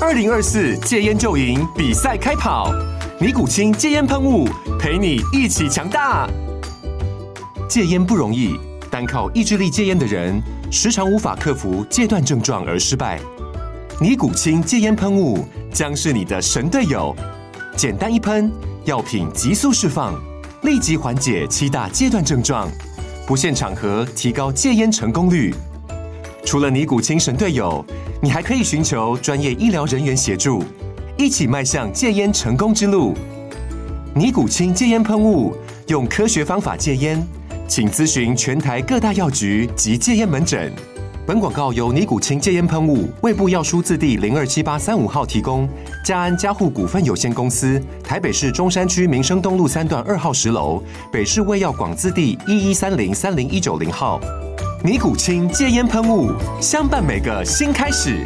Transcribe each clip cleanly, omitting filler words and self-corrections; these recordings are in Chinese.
2024戒烟就赢比赛开跑，尼古清戒烟喷雾陪你一起强大。戒烟不容易，单靠意志力戒烟的人，时常无法克服戒断症状而失败。尼古清戒烟喷雾将是你的神队友，简单一喷，药品急速释放，立即缓解7大戒断症状，不限场合提高戒烟成功率。除了尼古清神队友，你还可以寻求专业医疗人员协助，一起迈向戒烟成功之路。尼古清戒烟喷雾，用科学方法戒烟，请咨询全台各大药局及戒烟门诊。本广告由尼古清戒烟喷雾、卫部药书字第027835号提供，嘉安嘉护股份有限公司，台北市中山区民生东路3段2号10楼，北市卫药广字第1130-30190号。尼古清戒烟喷雾，相伴每个新开始。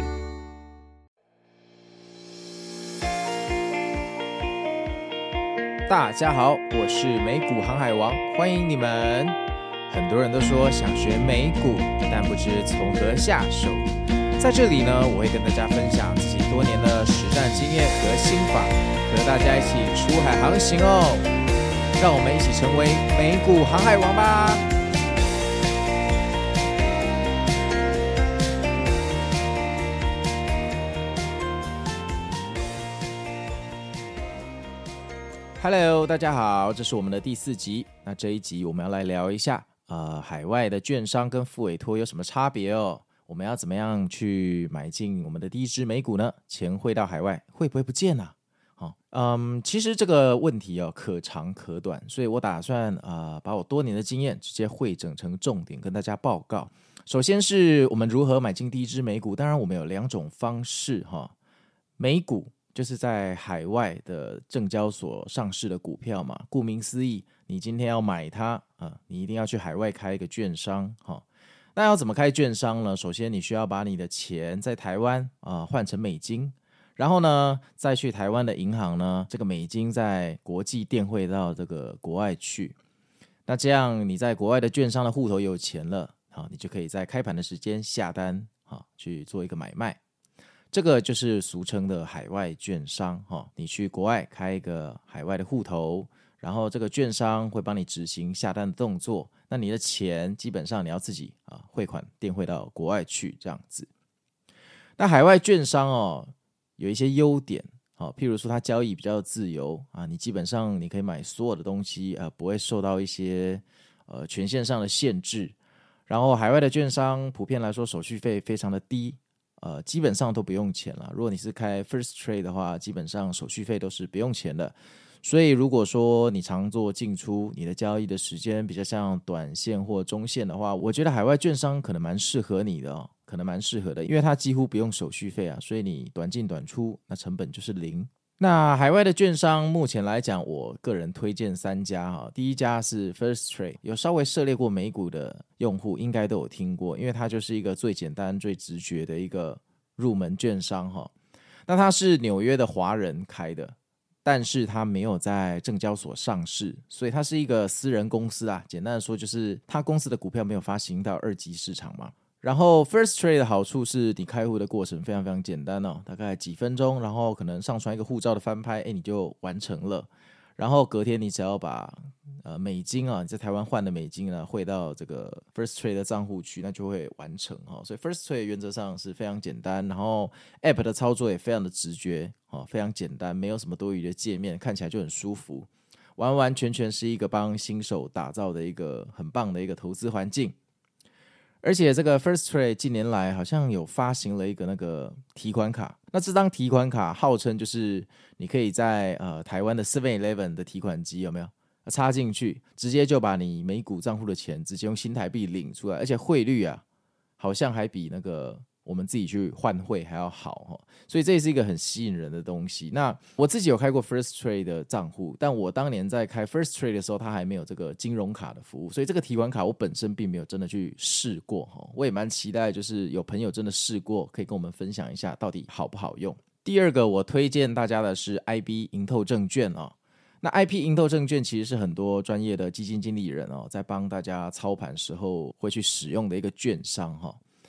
大家好，我是美股航海王，欢迎你们。很多人都说想学美股，但不知从何下手。在这里呢，我会跟大家分享自己多年的实战经验和心法，和大家一起出海航行哦。让我们一起成为美股航海王吧！Hello， 大家好，这是我们的第4集。那这一集我们要来聊一下，海外的券商跟副委托有什么差别哦？我们要怎么样去买进我们的第一支美股呢？钱汇到海外会不会不见啊？其实这个问题可长可短，所以我打算把我多年的经验直接汇整成重点跟大家报告。首先是我们如何买进第一支美股，当然我们有2种方式哈，美股。就是在海外的证交所上市的股票嘛，顾名思义，你今天要买它你一定要去海外开一个券商那要怎么开券商呢？首先你需要把你的钱在台湾换成美金，然后呢再去台湾的银行呢，这个美金在国际电汇到这个国外去。那这样你在国外的券商的户头有钱了你就可以在开盘的时间下单去做一个买卖。这个就是俗称的海外券商你去国外开一个海外的户头，然后这个券商会帮你执行下单的动作，那你的钱基本上你要自己汇款电汇到国外去这样子。那海外券商有一些优点譬如说它交易比较自由你基本上你可以买所有的东西不会受到一些权限上的限制。然后海外的券商普遍来说手续费非常的低，基本上都不用钱了。如果你是开 First Trade 的话，基本上手续费都是不用钱的。所以如果说你常做进出，你的交易的时间比较像短线或中线的话，我觉得海外券商可能蛮适合你的可能蛮适合的，因为它几乎不用手续费所以你短进短出，那成本就是0。那海外的券商目前来讲，我个人推荐3家第一家是 First Trade， 有稍微涉猎过美股的用户应该都有听过，因为它就是一个最简单最直觉的一个入门券商那它是纽约的华人开的，但是它没有在证交所上市，所以它是一个私人公司简单的说就是它公司的股票没有发行到2级市场嘛。然后 First Trade 的好处是你开户的过程非常非常简单大概几分钟，然后可能上传一个护照的翻拍你就完成了。然后隔天你只要把美金你在台湾换的美金汇到这个 First Trade 的账户去，那就会完成所以 First Trade 原则上是非常简单，然后 App 的操作也非常的直觉非常简单，没有什么多余的界面，看起来就很舒服，完完全全是一个帮新手打造的一个很棒的一个投资环境。而且这个 First Trade 近年来好像有发行了一个那个提款卡，那这张提款卡号称就是你可以在台湾的 7-Eleven 的提款机有没有插进去，直接就把你美股账户的钱直接用新台币领出来，而且汇率好像还比那个我们自己去换汇还要好所以这也是一个很吸引人的东西。那我自己有开过 First Trade 的账户，但我当年在开 First Trade 的时候它还没有这个金融卡的服务，所以这个提款卡我本身并没有真的去试过我也蛮期待就是有朋友真的试过可以跟我们分享一下到底好不好用。第二个我推荐大家的是 IB 盈透证券那 IP 盈透证券其实是很多专业的基金经理人在帮大家操盘时候会去使用的一个券商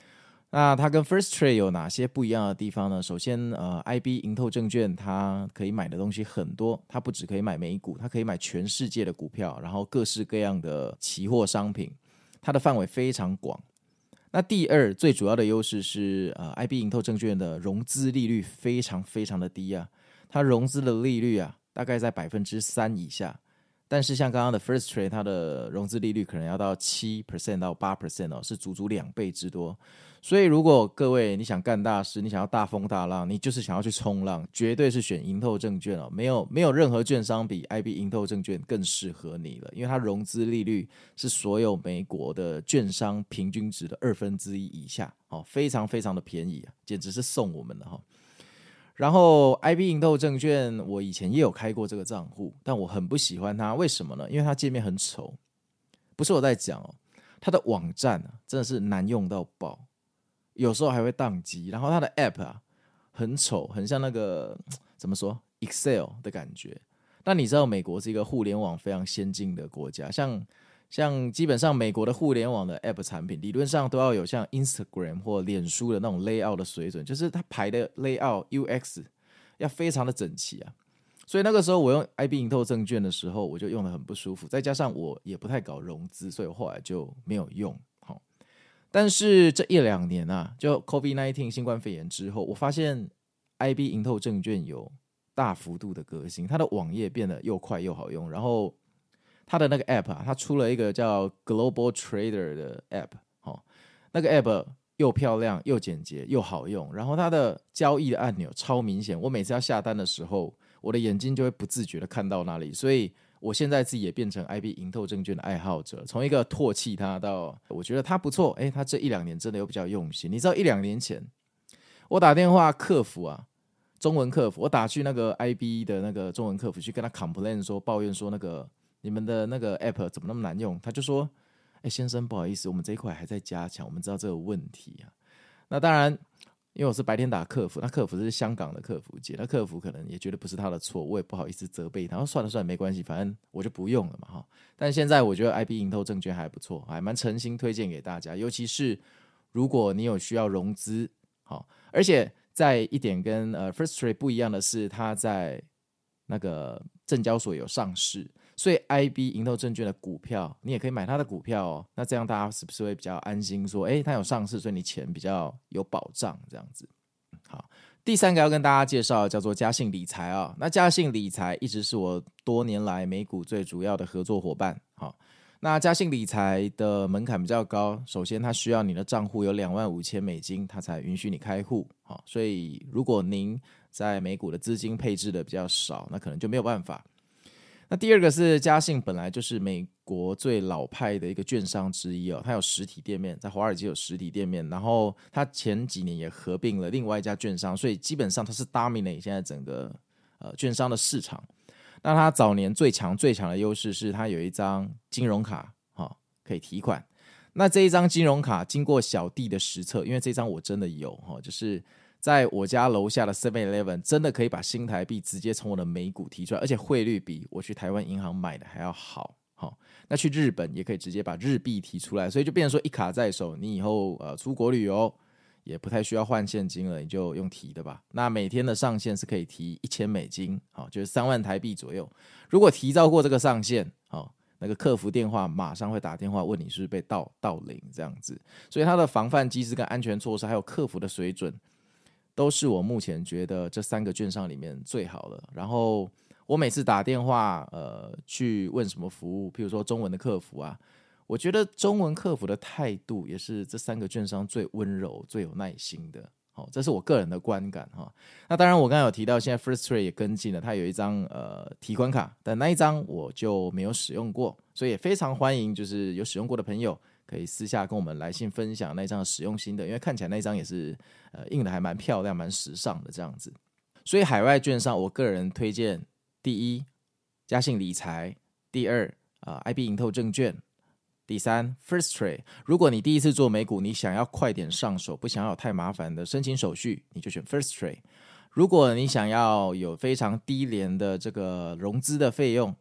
那它跟 First Trade 有哪些不一样的地方呢？首先IB 盈透证券它可以买的东西很多，它不只可以买美股，它可以买全世界的股票，然后各式各样的期货商品，它的范围非常广。那第二最主要的优势是IB 盈透证券的融资利率非常非常的低啊，它融资的利率啊大概在 3% 以下，但是像刚刚的 First Trade 它的融资利率可能要到 7% 到 8% 是足足2倍之多。所以如果各位你想干大事，你想要大风大浪，你就是想要去冲浪，绝对是选盈透证券哦，没有任何券商比 IB 盈透证券更适合你了，因为它融资利率是所有美国的券商平均值的1/2以下，非常非常的便宜啊，简直是送我们的哈。然后 IB 盈透证券我以前也有开过这个账户，但我很不喜欢它，为什么呢？因为它界面很丑，不是我在讲哦，它的网站啊真的是难用到爆，有时候还会宕机，然后它的 App 啊很丑，很像那个怎么说 Excel 的感觉。那你知道美国是一个互联网非常先进的国家，像基本上美国的互联网的 App 产品理论上都要有像 Instagram 或脸书的那种 layout 的水准，就是它排的 layout UX 要非常的整齐啊。所以那个时候我用 IB 盈透证券的时候，我就用得很不舒服，再加上我也不太搞融资，所以我后来就没有用。但是这1-2年啊，就 COVID-19 新冠肺炎之后，我发现 IB 盈透证券有大幅度的革新，它的网页变得又快又好用，然后它的那个 App 啊，它出了一个叫 Global Trader 的 App，那个 App 又漂亮又简洁又好用，然后它的交易的按钮超明显，我每次要下单的时候，我的眼睛就会不自觉的看到那里，所以我现在自己也变成 IB 盈透证券的爱好者，从一个唾弃它到我觉得它不错，它这1-2年真的有比较用心。你知道1-2年前我打电话客服啊，中文客服，我打去那个 IB 的那个中文客服去跟他 complain 说，抱怨说那个你们的那个 app 怎么那么难用，他就说先生不好意思，我们这一块还在加强，我们知道这个问题啊。那当然因为我是白天打客服，那客服是香港的客服界，那客服可能也觉得不是他的错，我也不好意思责备他，算了没关系，反正我就不用了嘛。但现在我觉得 IB 盈透证券还不错，还蛮诚心推荐给大家，尤其是如果你有需要融资，而且在一点跟First Trade 不一样的是，它在那个证交所有上市，所以 IB 盈透证券的股票你也可以买它的股票哦。那这样大家是不是会比较安心说它有上市，所以你钱比较有保障这样子。好，第3个要跟大家介绍叫做嘉信理财啊。那嘉信理财一直是我多年来美股最主要的合作伙伴。好，那嘉信理财的门槛比较高，首先它需要你的账户有$25,000，它才允许你开户。好，所以如果您在美股的资金配置的比较少，那可能就没有办法。那第2个是嘉信本来就是美国最老派的一个券商之一哦，它有实体店面，在华尔街有实体店面，然后它前几年也合并了另外一家券商，所以基本上它是 dominate 现在整个券商的市场。那它早年最强的优势是它有一张金融卡，可以提款。那这一张金融卡经过小弟的实测，因为这张我真的有，就是在我家楼下的 7-Eleven 真的可以把新台币直接从我的美股提出来，而且汇率比我去台湾银行买的还要好。那去日本也可以直接把日币提出来，所以就变成说一卡在手，你以后出国旅游也不太需要换现金了，你就用提的吧。那每天的上限是可以提$1000，就是3万台币左右。如果提到过这个上限，那个客服电话马上会打电话问你是不是被盗领这样子，所以它的防范机制跟安全措施还有客服的水准都是我目前觉得这3个券商里面最好的。然后我每次打电话去问什么服务，譬如说中文的客服啊，我觉得中文客服的态度也是这3个券商最温柔最有耐心的。这是我个人的观感。那当然我刚才有提到现在 First Trade 也跟进了，它有一张提款卡，但那一张我就没有使用过，所以也非常欢迎就是有使用过的朋友可以私下跟我们来信分享那一张的使用心得，因为看起来那一张也是印的还蛮漂亮蛮时尚的这样子。所以海外券商我个人推荐第1嘉信理财，第2IB 盈透证券，第3 First Trade。 如果你第一次做美股，你想要快点上手，不想要有太麻烦的申请手续，你就选 First Trade。 如果你想要有非常低廉的这个融资的费用，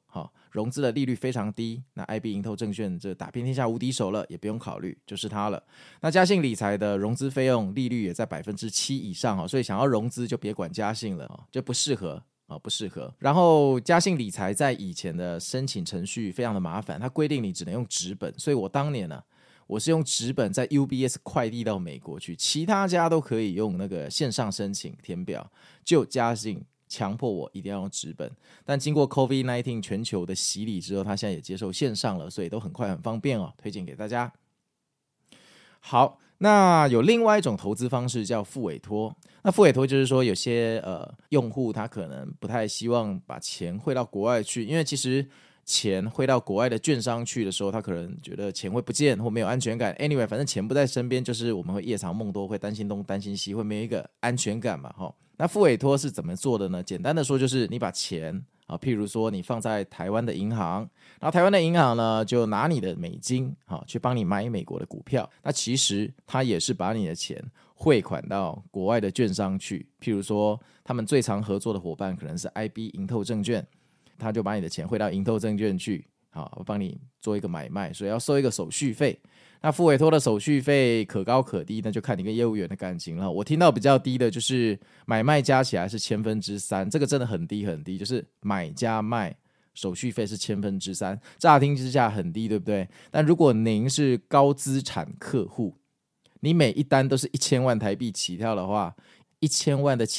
融资的利率非常低，那 IB 盈透证券这打遍天下无敌手了，也不用考虑，就是它了。那嘉信理财的融资费用利率也在 7% 以上，所以想要融资就别管嘉信了，就不适合。不适合。然后嘉信理财在以前的申请程序非常的麻烦，它规定你只能用纸本，所以我当年呢，我是用纸本在 UBS 快递到美国去，其他家都可以用那个线上申请填表，就嘉信强迫我一定要用纸本。但经过 COVID-19 全球的洗礼之后，它现在也接受线上了，所以都很快很方便推荐给大家。好，那有另外一种投资方式叫复委托。那复委托就是说有些用户他可能不太希望把钱汇到国外去，因为其实钱汇到国外的券商去的时候，他可能觉得钱会不见或没有安全感。Anyway， 反正钱不在身边，就是我们会夜长梦多，会担心东担心西，会没有一个安全感嘛。那复委托是怎么做的呢？简单的说就是你把钱譬如说你放在台湾的银行，然后台湾的银行呢就拿你的美金去帮你买美国的股票，那其实他也是把你的钱汇款到国外的券商去，譬如说他们最常合作的伙伴可能是 IB 盈透证券，他就把你的钱汇到盈透证券去，帮你做一个买卖，所以要收一个手续费。那复委托的手续费可高可低，那就看你跟业务员的感情了。我听到比较低的就是买卖加起来是3%，这个真的很低很低，就是买加卖手续费是3%，乍听之下很低，对不对？但如果您是高资产客户，你每一单都是1000万台币起跳的话，1000万的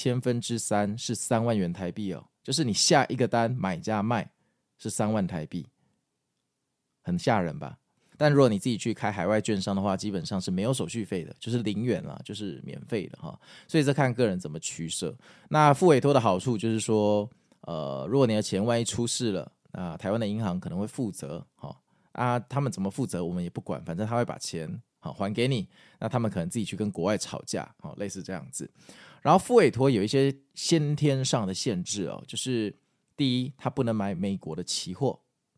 3%是3万元台币就是你下一个单买加卖是3万台币，很吓人吧？但如果你自己去开海外券商的话，基本上是没有手续费的，就是0元啦，就是免费的所以这看个人怎么取舍。那复委托的好处就是说，如果你的钱万一出事了，那台湾的银行可能会负责他们怎么负责我们也不管，反正他会把钱还给你，那他们可能自己去跟国外吵架类似这样子。然后复委托有一些先天上的限制就是第一，他不能买美国的期货，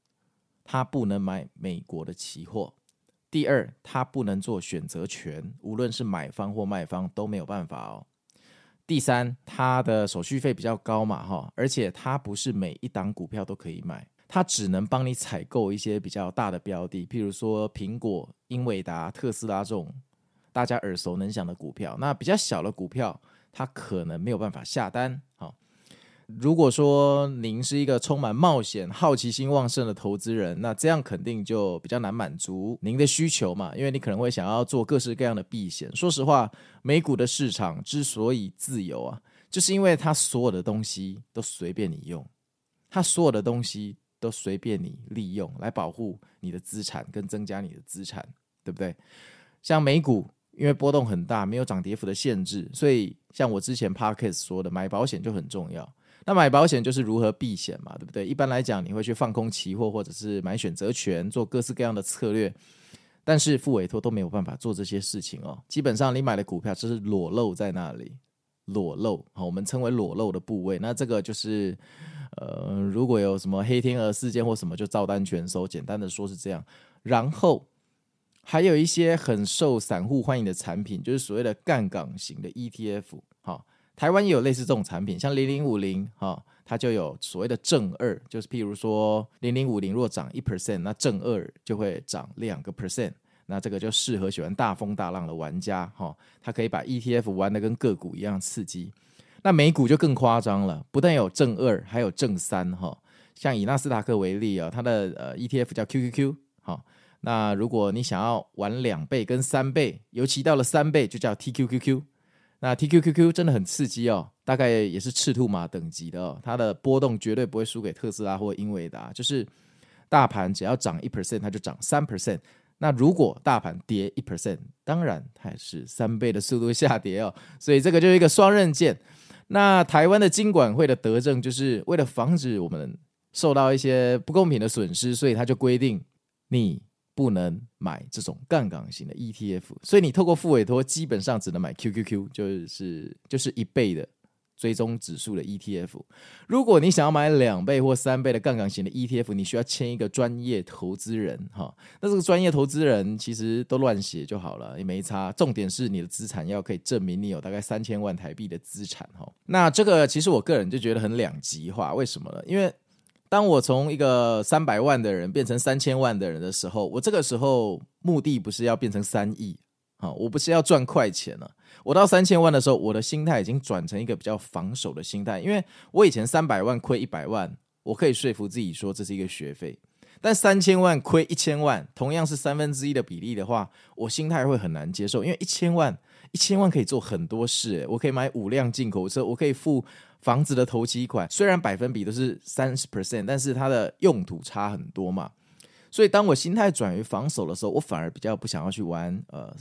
第二，他不能做选择权，无论是买方或卖方都没有办法第三，他的手续费比较高嘛而且他不是每一档股票都可以买，他只能帮你采购一些比较大的标的，譬如说苹果、英伟达、特斯拉这种大家耳熟能详的股票。那比较小的股票他可能没有办法下单如果说您是一个充满冒险、好奇心旺盛的投资人，那这样肯定就比较难满足您的需求嘛，因为你可能会想要做各式各样的避险。说实话，美股的市场之所以自由就是因为它所有的东西都随便你用，它所有的东西都随便你利用来保护你的资产跟增加你的资产，对不对？像美股因为波动很大，没有涨跌幅的限制，所以像我之前 Podcast 说的，买保险就很重要。那买保险就是如何避险嘛，对不对？一般来讲你会去放空期货或者是买选择权，做各式各样的策略，但是复委托都没有办法做这些事情基本上你买的股票就是裸露在那里，裸露我们称为裸露的部位。那这个就是如果有什么黑天鹅事件或什么就照单全收，简单的说是这样。然后还有一些很受散户欢迎的产品，就是所谓的杠杆型的 ETF台湾也有类似这种产品，像0050它就有所谓的正2，就是譬如说0050若涨 1%， 那正2就会涨2%，那这个就适合喜欢大风大浪的玩家它可以把 ETF 玩得跟个股一样刺激。那美股就更夸张了，不但有正2还有正3像以纳斯达克为例它的ETF 叫 QQQ那如果你想要玩2倍跟3倍，尤其到了3倍就叫 TQQQ。那 TQQQ 真的很刺激大概也是赤兔马等级的它的波动绝对不会输给特斯拉或英伟达，就是大盘只要涨 1% 它就涨 3%， 那如果大盘跌 1%， 当然它也是3倍的速度下跌所以这个就是一个双刃剑。那台湾的金管会的德政就是为了防止我们受到一些不公平的损失，所以它就规定你不能买这种杠杆型的 ETF， 所以你透过复委托基本上只能买 QQQ， 就是1倍的追踪指数的 ETF。 如果你想要买2倍或3倍的杠杆型的 ETF， 你需要签一个专业投资人那这个专业投资人其实都乱写就好了，也没差，重点是你的资产要可以证明你有大概3000万台币的资产那这个其实我个人就觉得很两极化，为什么呢？因为当我从一个300万的人变成3000万的人的时候，我这个时候目的不是要变成3亿，我不是要赚快钱了。我到3000万的时候，我的心态已经转成一个比较防守的心态，因为我以前300万亏100万，我可以说服自己说这是一个学费。但3000万亏1000万，同样是1/3的比例的话，我心态会很难接受，因为1000万可以做很多事，我可以买5辆进口车，我可以付房子的头期款，虽然百分比都是30%，但是它的用途差很多嘛。所以当我心态转于防守的时候，我反而比较不想要去玩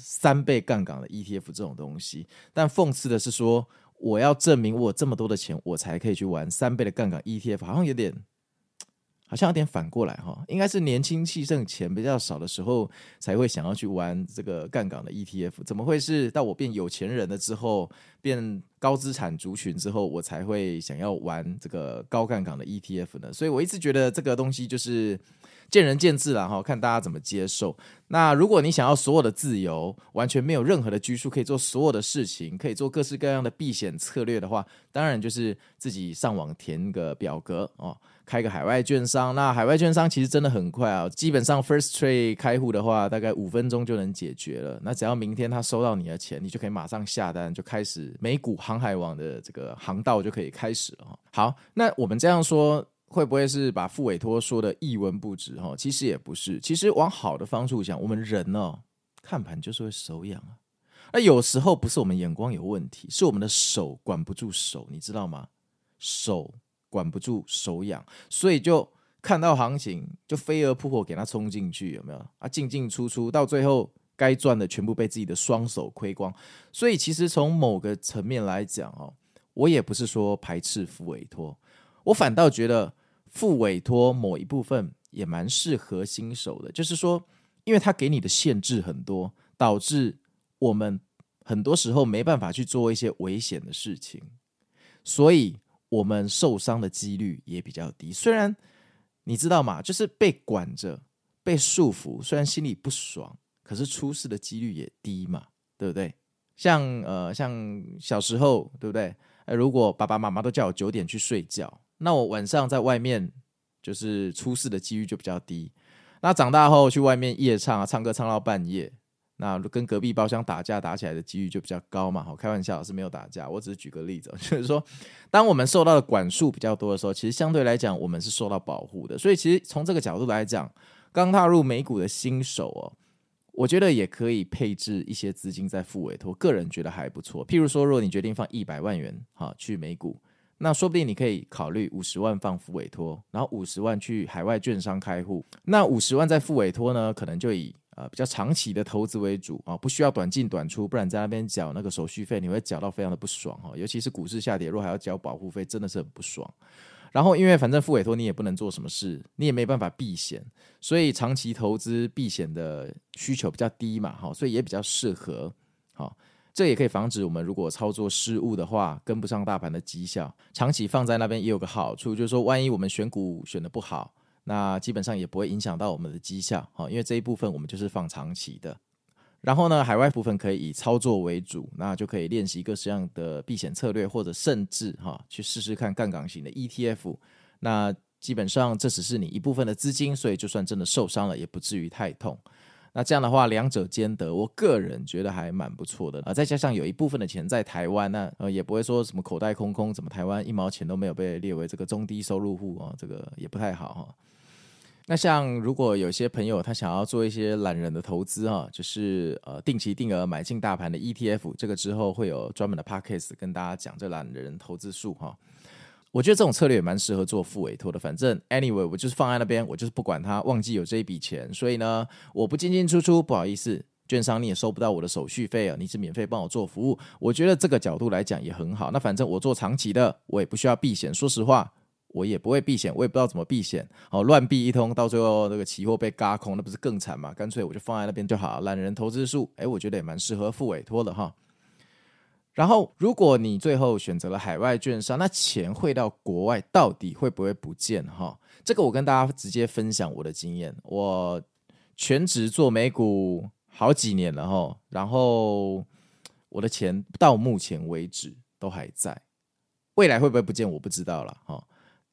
3倍杠杆的 ETF 这种东西。但讽刺的是说，我要证明我有这么多的钱，我才可以去玩3倍的杠杆 ETF， 好像有点反过来哈，应该是年轻气盛钱比较少的时候才会想要去玩这个杠杆的 ETF， 怎么会是到我变有钱人了之后，变高资产族群之后，我才会想要玩这个高杠杆的 ETF 呢？所以我一直觉得这个东西就是见仁见智啦，看大家怎么接受。那如果你想要所有的自由，完全没有任何的拘束，可以做所有的事情，可以做各式各样的避险策略的话，当然就是自己上网填个表格开个海外券商。那海外券商其实真的很快啊，基本上 First Trade 开户的话大概5分钟就能解决了。那只要明天他收到你的钱，你就可以马上下单，就开始美股航海王的这个航道就可以开始了。好，那我们这样说会不会是把副委托说的一文不值？其实也不是，其实往好的方处想，我们人看盘就是会手痒啊。那有时候不是我们眼光有问题，是我们的手管不住手，你知道吗？手管不住手痒，所以就看到行情就飞蛾扑火给它冲进去，有没有啊？进进出出，到最后该赚的全部被自己的双手亏光。所以其实从某个层面来讲我也不是说排斥副委托，我反倒觉得副委托某一部分也蛮适合新手的，就是说因为它给你的限制很多，导致我们很多时候没办法去做一些危险的事情，所以我们受伤的几率也比较低。虽然你知道嘛，就是被管着被束缚，虽然心里不爽，可是出事的几率也低嘛，对不对？像小时候对不对？如果爸爸妈妈都叫我9点去睡觉，那我晚上在外面就是出事的几率就比较低。那长大后去外面夜唱唱歌唱到半夜，那跟隔壁包厢打架打起来的几率就比较高嘛。好，开玩笑，是没有打架，我只是举个例子，就是说当我们受到的管束比较多的时候，其实相对来讲我们是受到保护的。所以其实从这个角度来讲，刚踏入美股的新手我觉得也可以配置一些资金在副委托，个人觉得还不错。譬如说，如果你决定放100万元去美股，那说不定你可以考虑50万放副委托，然后50万去海外券商开户。那50万在副委托呢，可能就以比较长期的投资为主不需要短进短出，不然在那边缴那个手续费，你会缴到非常的不爽尤其是股市下跌，如果还要缴保护费，真的是很不爽。然后因为反正副委托你也不能做什么事，你也没办法避险，所以长期投资避险的需求比较低嘛所以也比较适合这也可以防止我们如果操作失误的话，跟不上大盘的绩效。长期放在那边也有个好处，就是说万一我们选股选得不好，那基本上也不会影响到我们的绩效因为这一部分我们就是放长期的。然后呢，海外部分可以以操作为主，那就可以练习各式样的避险策略，或者甚至去试试看杠杆型的 ETF。那基本上这只是你一部分的资金，所以就算真的受伤了，也不至于太痛。那这样的话，两者兼得，我个人觉得还蛮不错的再加上有一部分的钱在台湾，那也不会说什么口袋空空，怎么台湾1毛钱都没有被列为这个中低收入户这个也不太好那像如果有些朋友他想要做一些懒人的投资就是定期定额买进大盘的 ETF， 这个之后会有专门的 podcast 跟大家讲这懒人投资术我觉得这种策略也蛮适合做副委托的，反正 anyway 我就是放在那边，我就是不管它，忘记有这一笔钱，所以呢我不进进出出，不好意思，券商你也收不到我的手续费你是免费帮我做服务，我觉得这个角度来讲也很好。那反正我做长期的，我也不需要避险，说实话我也不会避险，我也不知道怎么避险乱避一通，到最后那个期货被軋空，那不是更惨吗？干脆我就放在那边就好，懒人投资术我觉得也蛮适合副委托的然后如果你最后选择了海外券商，那钱汇到国外到底会不会不见这个我跟大家直接分享我的经验。我全职做美股好几年了然后我的钱到目前为止都还在，未来会不会不见我不知道啦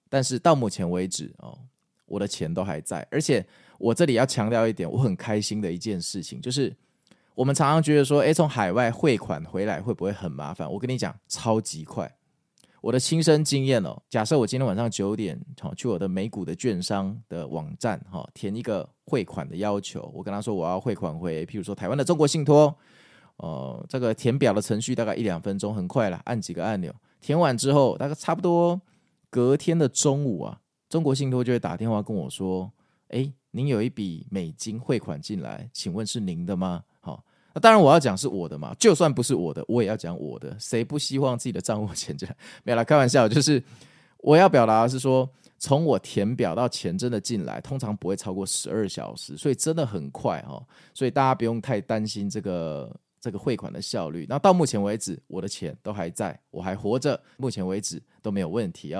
但是到目前为止我的钱都还在。而且我这里要强调一点，我很开心的一件事情，就是我们常常觉得说从海外汇款回来会不会很麻烦？我跟你讲，超级快。我的亲身经验假设我今天晚上9点去我的美股的券商的网站填一个汇款的要求，我跟他说我要汇款回譬如说台湾的中国信托，这个填表的程序大概1-2分钟，很快啦，按几个按钮，填完之后大概差不多隔天的中午中国信托就会打电话跟我说，您有一笔美金汇款进来，请问是您的吗？那当然我要讲是我的嘛，就算不是我的我也要讲我的，谁不希望自己的账户钱进来？没有啦，开玩笑，就是我要表达的是说，从我填表到钱真的进来通常不会超过12小时，所以真的很快所以大家不用太担心这个汇款的效率。那到目前为止我的钱都还在，我还活着，目前为止都没有问题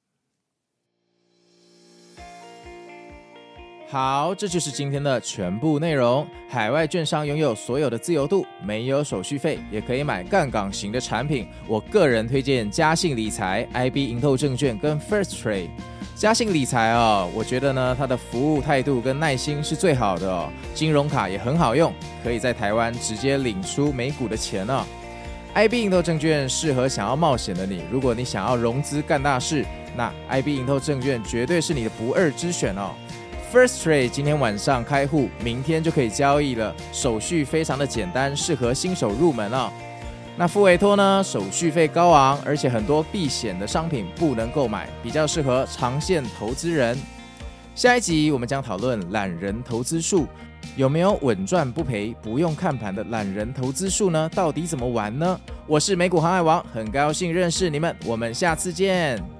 好，这就是今天的全部内容。海外券商拥有所有的自由度，没有手续费，也可以买杠杆型的产品。我个人推荐嘉信理财、IB 盈透证券跟 First Trade。嘉信理财我觉得呢，它的服务态度跟耐心是最好的金融卡也很好用，可以在台湾直接领出美股的钱IB 盈透证券适合想要冒险的你，如果你想要融资干大事，那 IB 盈透证券绝对是你的不二之选First Trade 今天晚上开户，明天就可以交易了，手续非常的简单，适合新手入门那富委托呢，手续费高昂，而且很多避险的商品不能购买，比较适合长线投资人。下一集我们将讨论懒人投资术，有没有稳赚不赔、不用看盘的懒人投资术呢？到底怎么玩呢？我是美股航海王，很高兴认识你们，我们下次见。